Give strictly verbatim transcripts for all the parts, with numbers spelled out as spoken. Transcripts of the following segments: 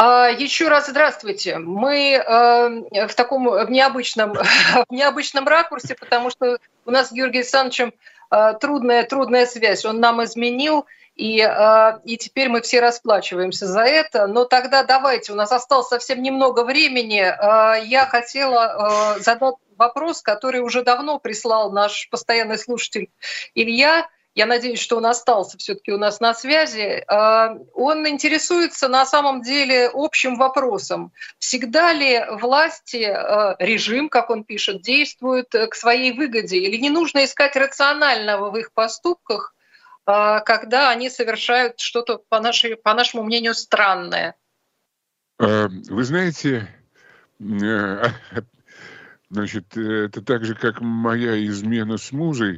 А, еще раз здравствуйте. Мы э, в таком в необычном, в необычном ракурсе, потому что у нас с Георгием Александровичем э, трудная, трудная связь. Он нам изменил, и, э, и теперь мы все расплачиваемся за это. Но тогда давайте, у нас осталось совсем немного времени. Э, я хотела э, задать вопрос, который уже давно прислал наш постоянный слушатель Илья. Я надеюсь, что он остался все-таки у нас на связи. Он интересуется на самом деле общим вопросом. Всегда ли власти, режим, как он пишет, действует к своей выгоде? Или не нужно искать рационального в их поступках, когда они совершают что-то, по, нашей, по нашему мнению, странное? Вы знаете, значит, это так же, как моя измена с музой,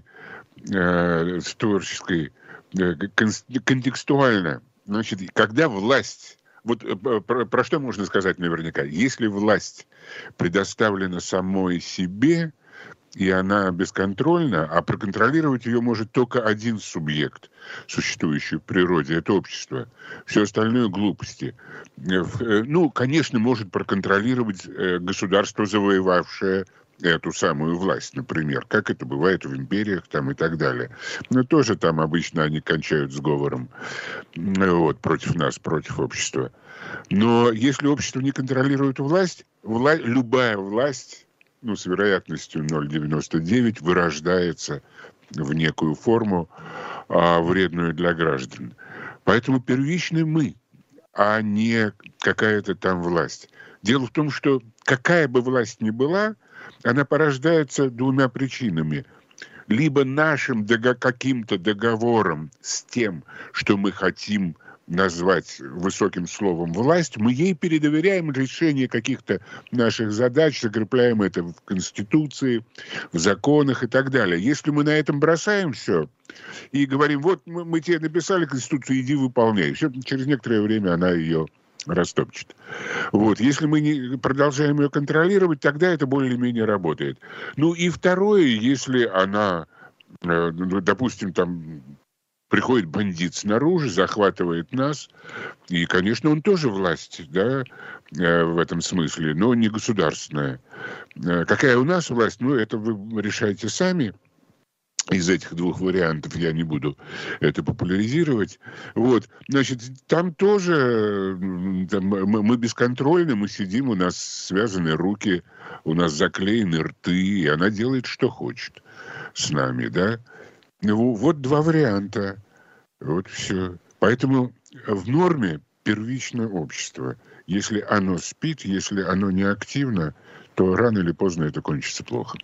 э, с творческой, э, контекстуально. Значит, когда власть, вот про, про что можно сказать наверняка, если власть предоставлена самой себе, и она бесконтрольна, а проконтролировать ее может только один субъект, существующий в природе, это общество. Все остальное глупости. Ну, конечно, может проконтролировать государство, завоевавшее эту самую власть, например, как это бывает в империях там и так далее. Но тоже там обычно они кончают сговором вот, против нас, против общества. Но если общество не контролирует власть, вла- любая власть, ну, с вероятностью ноль целых девяносто девять вырождается в некую форму, а, вредную для граждан. Поэтому первичны мы, а не какая-то там власть. Дело в том, что какая бы власть ни была, она порождается двумя причинами. Либо нашим дого- каким-то договором с тем, что мы хотим назвать высоким словом власть, мы ей передоверяем решение каких-то наших задач, закрепляем это в Конституции, в законах и так далее. Если мы на этом бросаем все и говорим, вот мы, мы тебе написали Конституцию, иди выполняй, все, через некоторое время она ее растопчет. Вот. Если мы не продолжаем ее контролировать, тогда это более-менее работает. Ну и второе, если она, э, допустим, там приходит бандит снаружи, захватывает нас, и, конечно, он тоже власть, да, э, в этом смысле, но не государственная. Э, Какая у нас власть, ну, это вы решаете сами. Из этих двух вариантов я не буду это популяризировать. Вот, значит, там тоже м, там мы, мы бесконтрольны, мы сидим, у нас связаны руки, у нас заклеены рты, и она делает, что хочет с нами, да. Ну, вот два варианта. Вот все. Поэтому в норме первично общество. Если оно спит, если оно не активно, то рано или поздно это кончится плохо.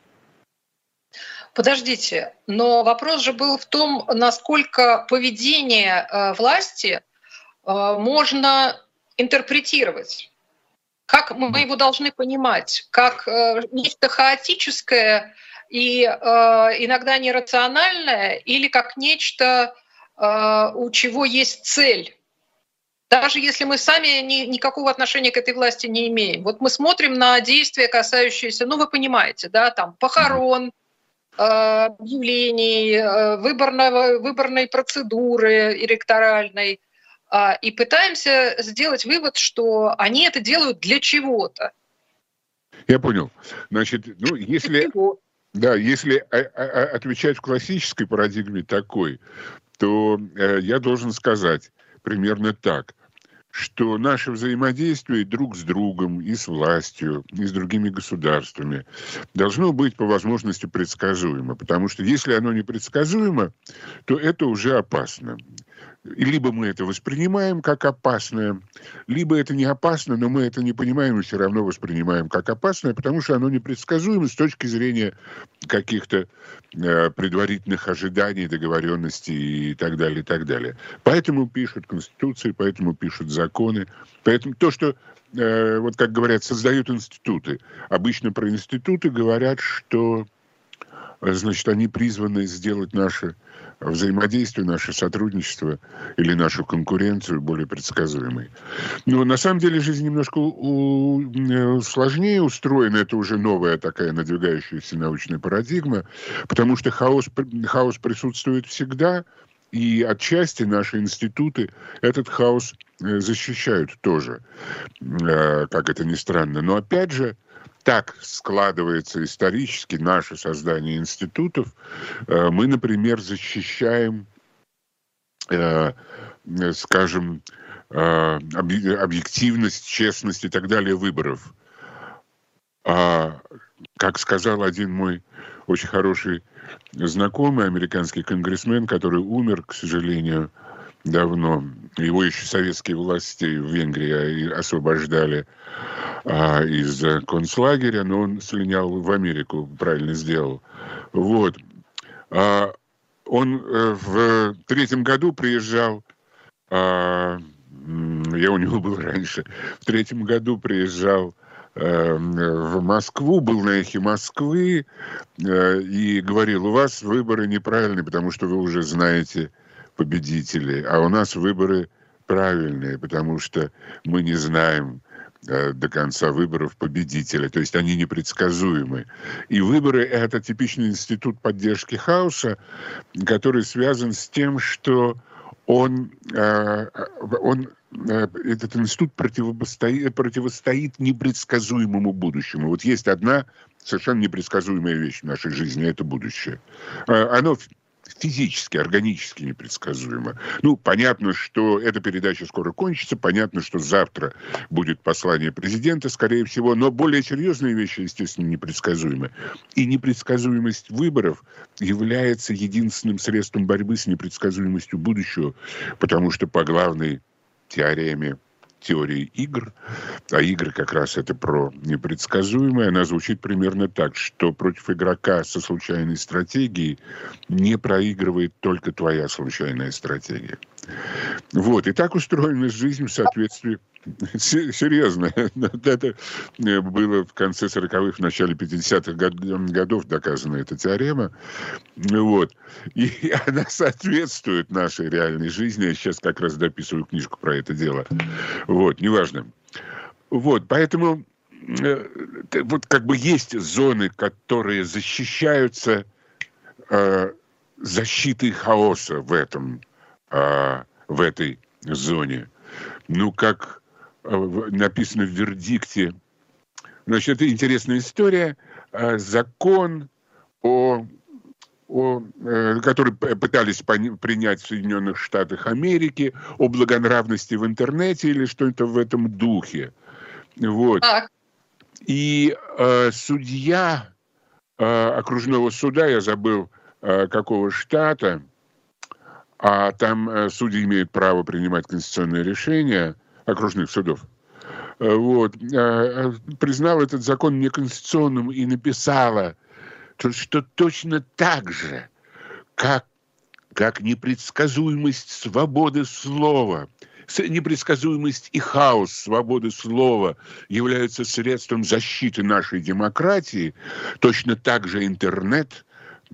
Подождите, но вопрос же был в том, насколько поведение э, власти э, можно интерпретировать. Как мы его должны понимать? Как э, нечто хаотическое и э, иногда нерациональное, или как нечто, э, у чего есть цель? Даже если мы сами ни, никакого отношения к этой власти не имеем. Вот мы смотрим на действия, касающиеся, ну вы понимаете, да, там похорон, объявлений, выборного, выборной процедуры электоральной, и пытаемся сделать вывод, что они это делают для чего-то. Я понял. Значит, ну, если, да, если отвечать в классической парадигме такой, то э, я должен сказать примерно так, что наше взаимодействие друг с другом и с властью, и с другими государствами должно быть по возможности предсказуемо. Потому что если оно непредсказуемо, то это уже опасно. И либо мы это воспринимаем как опасное, либо это не опасно, но мы это не понимаем и все равно воспринимаем как опасное, потому что оно непредсказуемо с точки зрения каких-то э, предварительных ожиданий, договоренностей и так далее, и так далее. Поэтому пишут Конституции, поэтому пишут законы. Поэтому то, что, э, вот как говорят, создают институты. Обычно про институты говорят, что, значит, они призваны сделать наше взаимодействие, наше сотрудничество или нашу конкуренцию более предсказуемой. Но на самом деле жизнь немножко у, у, сложнее устроена. Это уже новая такая надвигающаяся научная парадигма, потому что хаос, хаос присутствует всегда, и отчасти наши институты этот хаос защищают тоже, как это ни странно. Но опять же, так складывается исторически наше создание институтов. Мы, например, защищаем, скажем, объективность, честность и так далее выборов. А, как сказал один мой очень хороший знакомый, американский конгрессмен, который умер, к сожалению, давно. Его еще советские власти в Венгрии освобождали а, из концлагеря, но он слинял в Америку, правильно сделал. Вот. А, он в третьем году приезжал, а, я у него был раньше, в третьем году приезжал в Москву, был на «Эхе Москвы» и говорил: у вас выборы неправильные, потому что вы уже знаете победителей, а у нас выборы правильные, потому что мы не знаем до конца выборов победителя, то есть они непредсказуемы. И выборы — это типичный институт поддержки хаоса, который связан с тем, что он, он этот институт противостоит, противостоит непредсказуемому будущему. Вот есть одна совершенно непредсказуемая вещь в нашей жизни — это будущее. Оно физически, органически непредсказуемо. Ну, понятно, что эта передача скоро кончится, понятно, что завтра будет послание президента, скорее всего, но более серьезные вещи, естественно, непредсказуемы. И непредсказуемость выборов является единственным средством борьбы с непредсказуемостью будущего, потому что по главной теореме теории игр, а игры как раз это про непредсказуемое, она звучит примерно так, что против игрока со случайной стратегией не проигрывает только твоя случайная стратегия. Вот, и так устроена жизнь в соответствии... Серьезно, это было в конце сороковых, в начале пятидесятых годов доказана эта теорема. Вот. И она соответствует нашей реальной жизни. Я сейчас как раз дописываю книжку про это дело. Вот, неважно. Вот, поэтому вот как бы есть зоны, которые защищаются э, защитой хаоса в этом, э, в этой зоне. Ну, как написано в вердикте. Значит, это интересная история. Закон, о, о, который пытались принять в Соединенных Штатах Америки, о благонравности в интернете или что-то в этом духе. Вот. Так. И э, судья э, окружного суда, я забыл, э, какого штата, а там э, судьи имеют право принимать конституционные решения, окружных судов, вот, признала этот закон неконституционным и написала, что точно так же, как, как непредсказуемость свободы слова, непредсказуемость и хаос свободы слова являются средством защиты нашей демократии, точно так же интернет,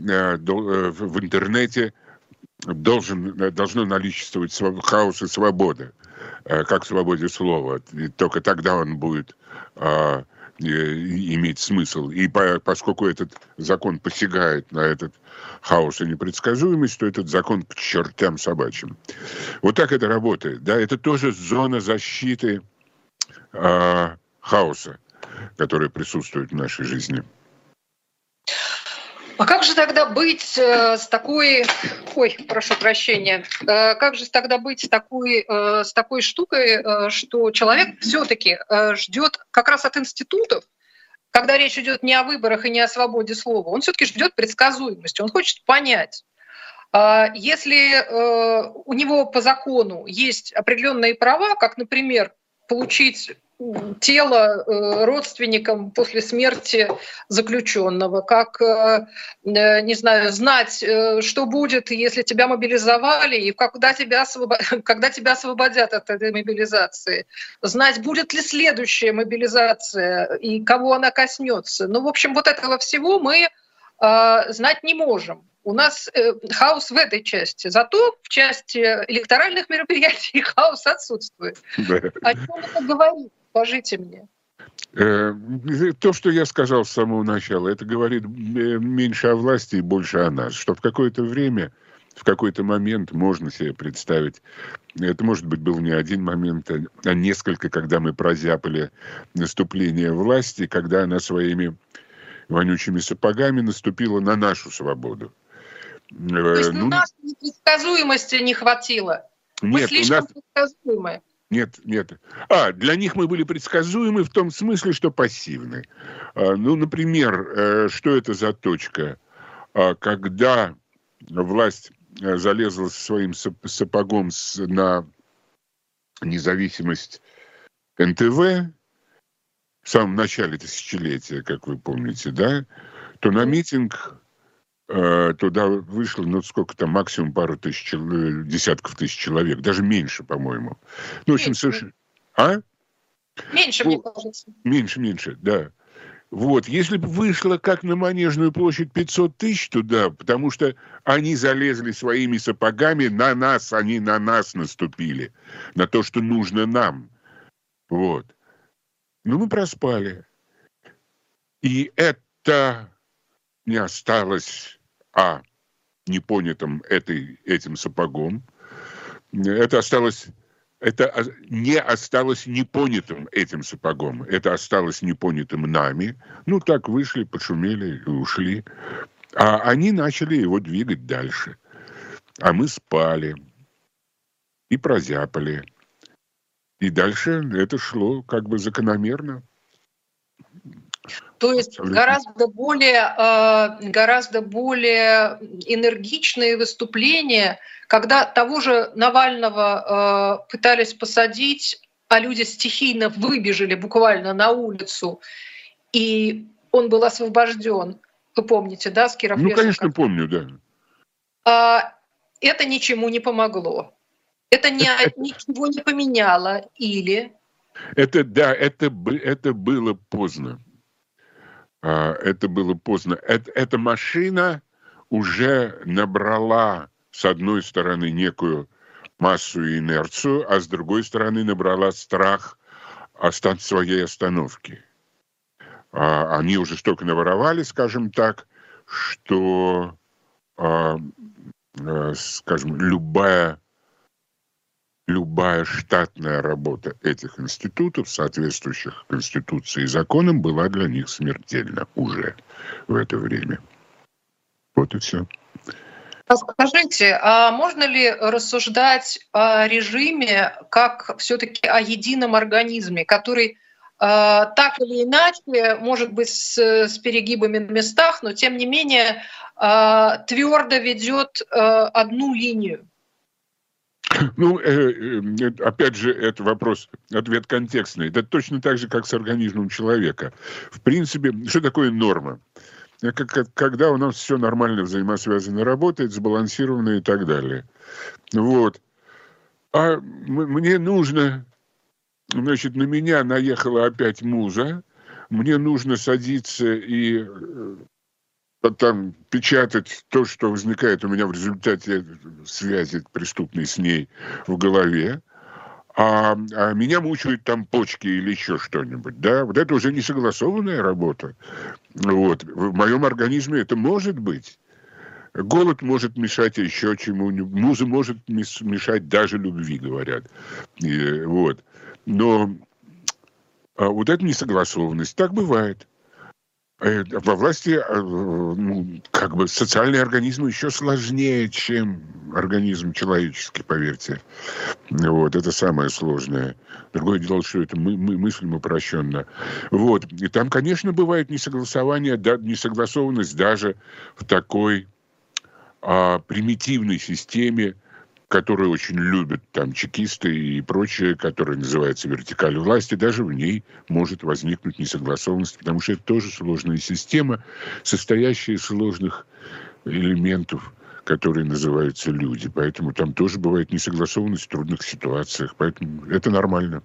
в интернете должен, должно наличествовать хаос и свобода, как в свободе слова. И только тогда он будет а, и, иметь смысл. И по, поскольку этот закон посягает на этот хаос и непредсказуемость, то этот закон к чертям собачьим. Вот так это работает. Да? Это тоже зона защиты а, хаоса, которая присутствует в нашей жизни. А как же тогда быть э, с такой, ой, прошу прощения, э, как же тогда быть с такой, э, с такой штукой, э, что человек все-таки э, ждет как раз от институтов, когда речь идет не о выборах и не о свободе слова, он все-таки ждет предсказуемости, он хочет понять, э, если э, у него по закону есть определенные права, как, например, получить тело родственникам после смерти заключенного, как, не знаю, знать, что будет, если тебя мобилизовали, и когда тебя, освобод... когда тебя освободят от этой мобилизации, знать, будет ли следующая мобилизация и кого она коснется. Ну, в общем, вот этого всего мы э, знать не можем. У нас э, хаос в этой части. Зато в части электоральных мероприятий хаос отсутствует. Да. О чем это говорит? Скажите мне. То, что я сказал с самого начала, это говорит меньше о власти и больше о нас. Что в какое-то время в какой-то момент можно себе представить, это, может быть, был не один момент, а несколько, когда мы прозяпали наступление власти, когда она своими вонючими сапогами наступила на нашу свободу. То есть ну, нашей непредсказуемости не хватило? Мы нет, слишком у нас... предсказуемы. Нет, нет. А, для них мы были предсказуемы в том смысле, что пассивны. А, ну, например, что это за точка? А, когда власть залезла со своим сапогом на независимость эн тэ вэ в самом начале тысячелетия, как вы помните, да, то на митинг э, туда вышло, ну, сколько там, максимум пару тысяч, десятков тысяч человек, даже меньше, по-моему. Ну, в общем, меньше. совершенно... А? Меньше, ну, мне кажется. Меньше, меньше, да. Вот, если бы вышло как на Манежную площадь пятьсот тысяч туда, потому что они залезли своими сапогами на нас, они на нас наступили, на то, что нужно нам. Вот. Ну, мы проспали. И это не осталось, а, непонятым этой, этим сапогом. Это осталось... Это не осталось непонятым этим сапогом. Это осталось непонятым нами. Ну, так вышли, пошумели и ушли. А они начали его двигать дальше. А мы спали и прозяпали. И дальше это шло как бы закономерно. То есть гораздо более, гораздо более энергичные выступления, когда того же Навального пытались посадить, а люди стихийно выбежали буквально на улицу, и он был освобожден. Вы помните, да, с Кировлеса? Ну, конечно, помню, да. Это ничему не помогло. Это не, ничего не поменяло. Или... Это, да, это, это было поздно. Это было поздно. Это, эта машина уже набрала, с одной стороны, некую массу и инерцию, а с другой стороны, набрала страх от своей остановки. Они уже столько наворовали, скажем так, что, скажем, любая... Любая штатная работа этих институтов, соответствующих Конституции и законам, была для них смертельна уже в это время. Вот и все. Скажите, а можно ли рассуждать о режиме как все-таки о едином организме, который так или иначе, может быть, с, с перегибами на местах, но тем не менее твердо ведет одну линию? Ну, опять же, это вопрос, ответ контекстный. Это точно так же, как с организмом человека. В принципе, что такое норма? Когда у нас все нормально взаимосвязано работает, сбалансировано и так далее. Вот. А мне нужно, значит, на меня наехала опять муза, мне нужно садиться и... там печатать то, что возникает у меня в результате связи преступной с ней в голове, а, а меня мучают там почки или еще что-нибудь, да, вот это уже не согласованная работа. Вот. В моем организме это может быть. Голод может мешать еще чему-нибудь, муза может мешать даже любви, говорят. И, вот. Но а вот эта несогласованность, так бывает. Во власти ну, как бы социальные организмы еще сложнее, чем организм человеческий, поверьте. Вот, это самое сложное. Другое дело, что это мы, мы мыслим упрощенно. Вот. И там, конечно, бывает несогласование, да, несогласованность даже в такой а, примитивной системе, которую очень любят там чекисты и прочее, которая называется вертикаль власти, даже в ней может возникнуть несогласованность, потому что это тоже сложная система, состоящая из сложных элементов, которые называются люди. Поэтому там тоже бывает несогласованность в трудных ситуациях. Поэтому это нормально.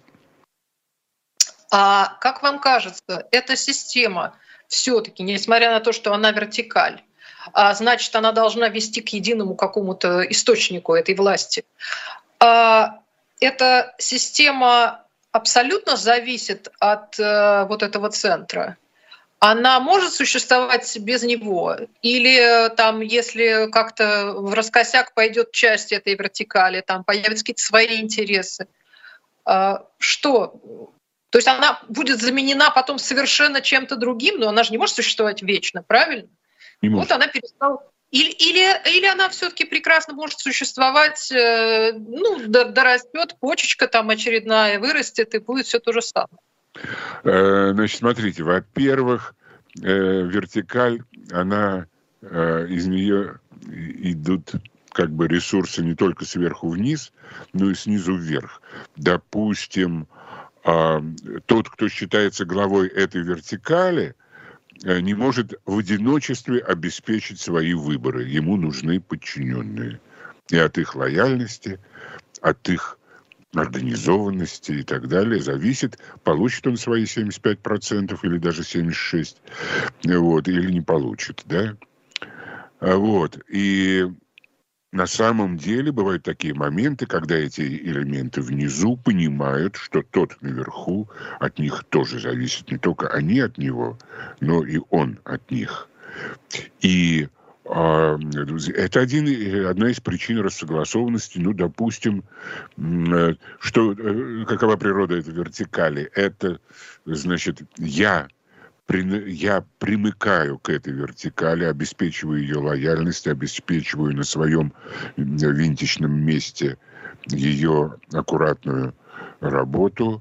А как вам кажется, эта система все-таки, несмотря на то, что она вертикаль, а значит, она должна вести к единому какому-то источнику этой власти. А эта система абсолютно зависит от вот этого центра. она может существовать без него? Или там, если как-то в раскосяк пойдет часть этой вертикали, там появятся какие-то свои интересы? Что? То есть она будет заменена потом совершенно чем-то другим, но она же не может существовать вечно, правильно? Не Вот может. она перестала. Или, или, или она все-таки прекрасно может существовать, ну, дорастет, почечка там очередная вырастет, и будет все то же самое. Значит, смотрите, во-первых, вертикаль, она, из нее идут как бы ресурсы не только сверху вниз, но и снизу вверх. Допустим, тот, кто считается главой этой вертикали, не может в одиночестве обеспечить свои выборы. Ему нужны подчиненные. И от их лояльности, от их организованности и так далее зависит, получит он свои семьдесят пять процентов или даже семьдесят шесть процентов, вот, или не получит, да. Вот. И на самом деле бывают такие моменты, когда эти элементы внизу понимают, что тот наверху, от них тоже зависит. Не только они от него, но и он от них. И э, это один, одна из причин рассогласованности. Ну, допустим, э, что, э, какова природа этой вертикали? Это, значит, я... Я примыкаю к этой вертикали, обеспечиваю ее лояльность, обеспечиваю на своем винтичном месте ее аккуратную работу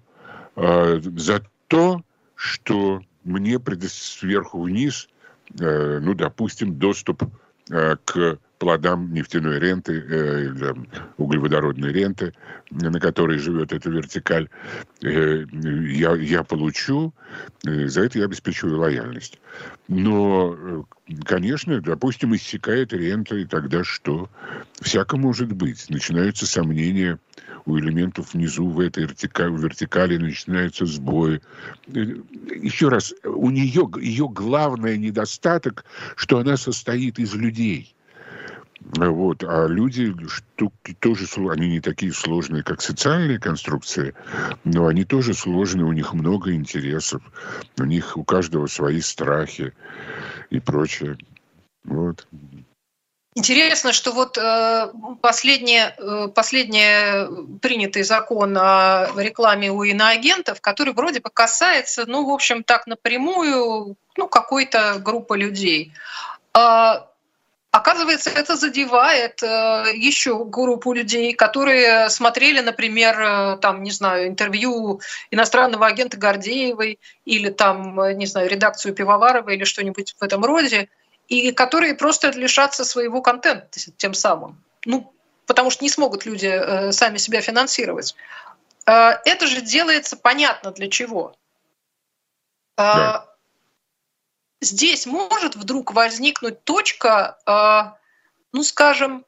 за то, что мне сверху вниз, ну, допустим, доступ к плодам нефтяной ренты, э, углеводородной ренты, на которой живет эта вертикаль, э, я, я получу, э, за это я обеспечиваю лояльность. Но, конечно, допустим, иссякает рента, и тогда что? Всяко может быть. Начинаются сомнения у элементов внизу в этой вертикали, вертикали начинаются сбои. Еще раз, у нее ее главный недостаток, что она состоит из людей. Вот. А люди штуки тоже, они не такие сложные, как социальные конструкции, но они тоже сложные, у них много интересов, у них у каждого свои страхи и прочее. Вот. Интересно, что вот э, последний, э, последний принятый закон о рекламе у иноагентов, который вроде бы касается, ну, в общем, так напрямую, ну, какой-то группы людей. А, оказывается, это задевает э, еще группу людей, которые смотрели, например, э, там, не знаю, интервью иностранного агента Гордеевой или там, не знаю, редакцию Пивоваровой или что-нибудь в этом роде, и которые просто лишатся своего контента тем самым. Ну, потому что не смогут люди э, сами себя финансировать. Э, это же делается понятно для чего. Э, Да. Здесь может вдруг возникнуть точка, э, ну, скажем,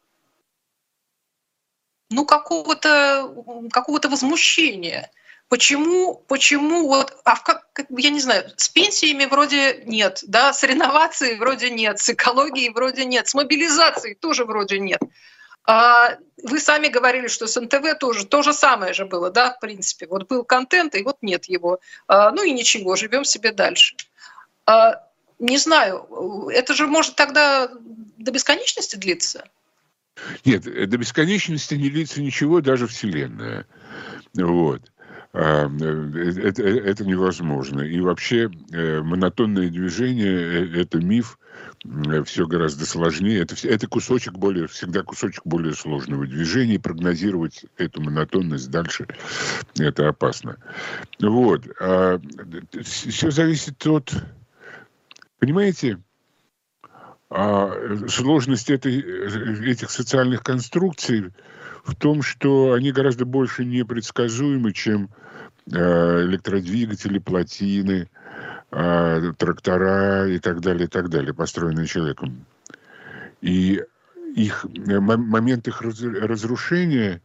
ну, какого-то, какого-то возмущения. Почему, почему вот, а как, я не знаю, с пенсиями вроде нет, да, с реновацией вроде нет, с экологией вроде нет, с мобилизацией тоже вроде нет. А вы сами говорили, что с эн тэ вэ тоже то же самое же было, да, в принципе. Вот был контент, и вот нет его. А, ну и ничего, живем себе дальше. А, не знаю, это же может тогда до бесконечности длиться? Нет, до бесконечности не длится ничего, даже Вселенная. Вот. Это, это невозможно. И вообще монотонное движение – это миф, все гораздо сложнее. Это, это кусочек более, всегда кусочек более сложного движения. И прогнозировать эту монотонность дальше – это опасно. Вот. Все зависит от… Понимаете, сложность этой, этих социальных конструкций в том, что они гораздо больше непредсказуемы, чем электродвигатели, плотины, трактора и так далее, и так далее, построенные человеком. И их, момент их разрушения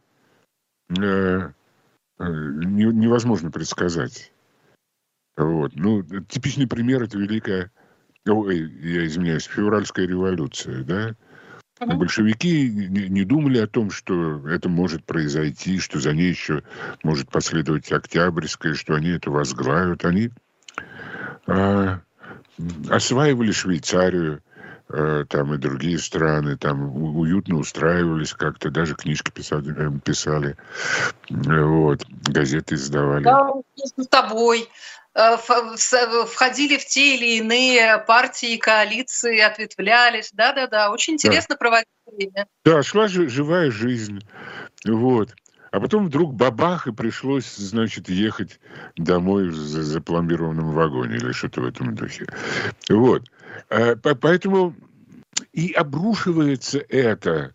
невозможно предсказать. Вот. Ну, типичный пример – это великая, ой, я извиняюсь, февральская революция, да? Uh-huh. Большевики не думали о том, что это может произойти, что за ней еще может последовать Октябрьская, что они это возглавят. Они а, осваивали Швейцарию, там и другие страны, там уютно устраивались как-то, даже книжки писали, писали вот, газеты издавали. Да, с тобой. Входили в те или иные партии, коалиции, ответвлялись. Да-да-да, очень интересно да. проводить время. Да, шла живая жизнь. Вот. А потом вдруг бабах, и пришлось, значит, ехать домой в запломбированном вагоне или что-то в этом духе. Вот. Поэтому и обрушивается это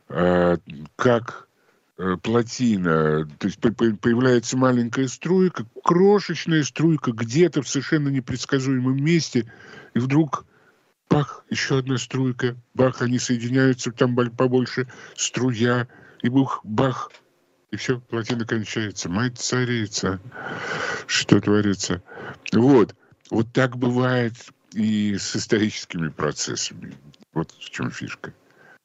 как плотина. То есть появляется маленькая струйка, крошечная струйка где-то в совершенно непредсказуемом месте, и вдруг бах, еще одна струйка, бах, они соединяются, там побольше струя, и бух, бах, и все, плотина кончается. Мать царица, что творится. Вот. Вот так бывает и с историческими процессами. Вот в чем фишка.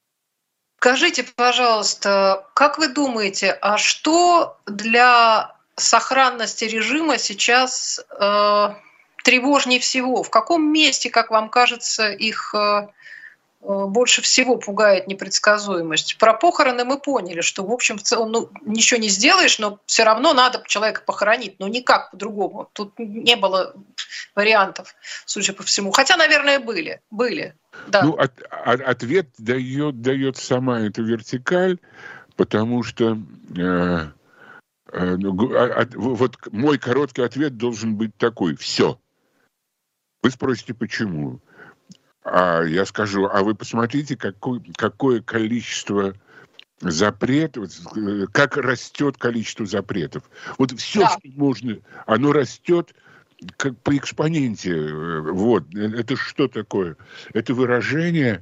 Скажите, пожалуйста, как вы думаете, а что для сохранности режима сейчас э, тревожнее всего? В каком месте, как вам кажется, их э, больше всего пугает непредсказуемость? Про похороны мы поняли, что, в общем, в целом, ну, ничего не сделаешь, но все равно надо человека похоронить. Ну, никак по-другому. Тут не было вариантов, судя по всему. Хотя, наверное, были. были. Да. Ну, от, от, ответ дает, дает сама эта вертикаль, потому что э, э, от, вот мой короткий ответ должен быть такой: все. Вы спросите, почему? А я скажу, а вы посмотрите, какое, какое количество запретов, как растет количество запретов. Вот все, да. Что можно, оно растет как по экспоненте. Вот. Это что такое? Это выражение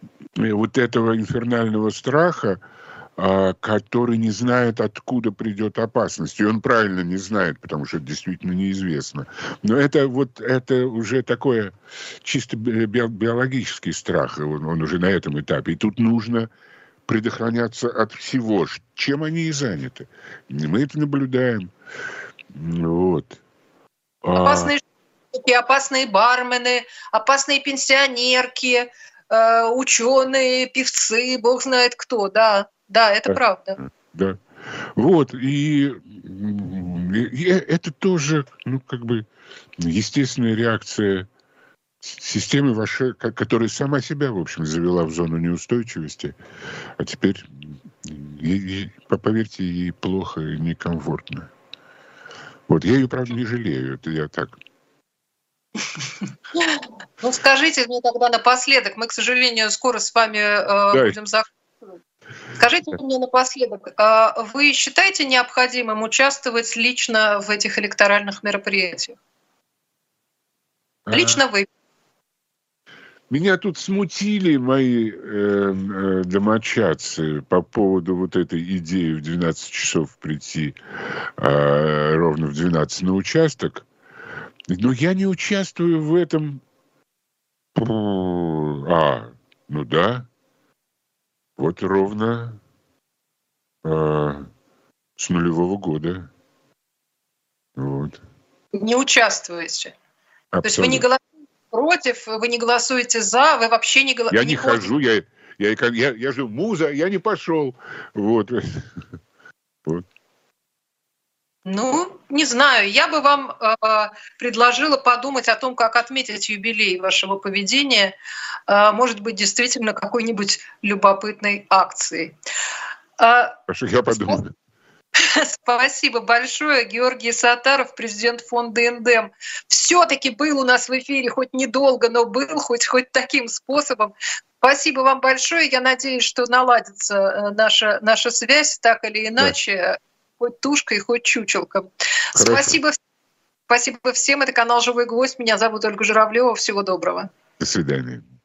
вот этого инфернального страха, который не знает, откуда придет опасность. И он правильно не знает, потому что это действительно неизвестно. Но это вот это уже такое чисто биологический страх. Он, он уже на этом этапе. И тут нужно предохраняться от всего, чем они и заняты. Мы это наблюдаем. Вот. Опасные шутки, опасные бармены, опасные пенсионерки, э, ученые, певцы, бог знает кто, да, да, это да, правда. Да, вот, и, и это тоже, ну, как бы, естественная реакция системы вашей, которая сама себя, в общем, завела в зону неустойчивости, а теперь, ей, поверьте, ей плохо и некомфортно. Вот, я ее, правда, не жалею, это я так. Ну, скажите мне тогда напоследок, мы, к сожалению, скоро с вами э, да. будем заканчивать. Скажите да. мне напоследок, э, вы считаете необходимым участвовать лично в этих электоральных мероприятиях? А... Лично вы. Меня тут смутили мои э, э, домочадцы по поводу вот этой идеи в двенадцать часов прийти э, ровно в двенадцать на участок. Но я не участвую в этом. А, ну да. Вот ровно э, с нулевого года. Вот. Не участвуете? Абсолютно. То есть вы не голосуете против, вы не голосуете за, вы вообще не голосуете? Я не, не хожу, я, я, я, я же муза, я не пошел. Вот. Вот. Ну, не знаю, я бы вам э, предложила подумать о том, как отметить юбилей вашего поведения, э, может быть, действительно какой-нибудь любопытной акцией. Э, Хорошо, я подумаю. Спасибо большое. Георгий Саттаров, президент фонда «Эндем». Все-таки был у нас в эфире, хоть недолго, но был, хоть, хоть таким способом. Спасибо вам большое. Я надеюсь, что наладится наша, наша связь так или иначе. Да. Хоть тушкой, хоть чучелком. Спасибо, спасибо всем. Это канал «Живой гвоздь». Меня зовут Ольга Журавлева. Всего доброго. До свидания.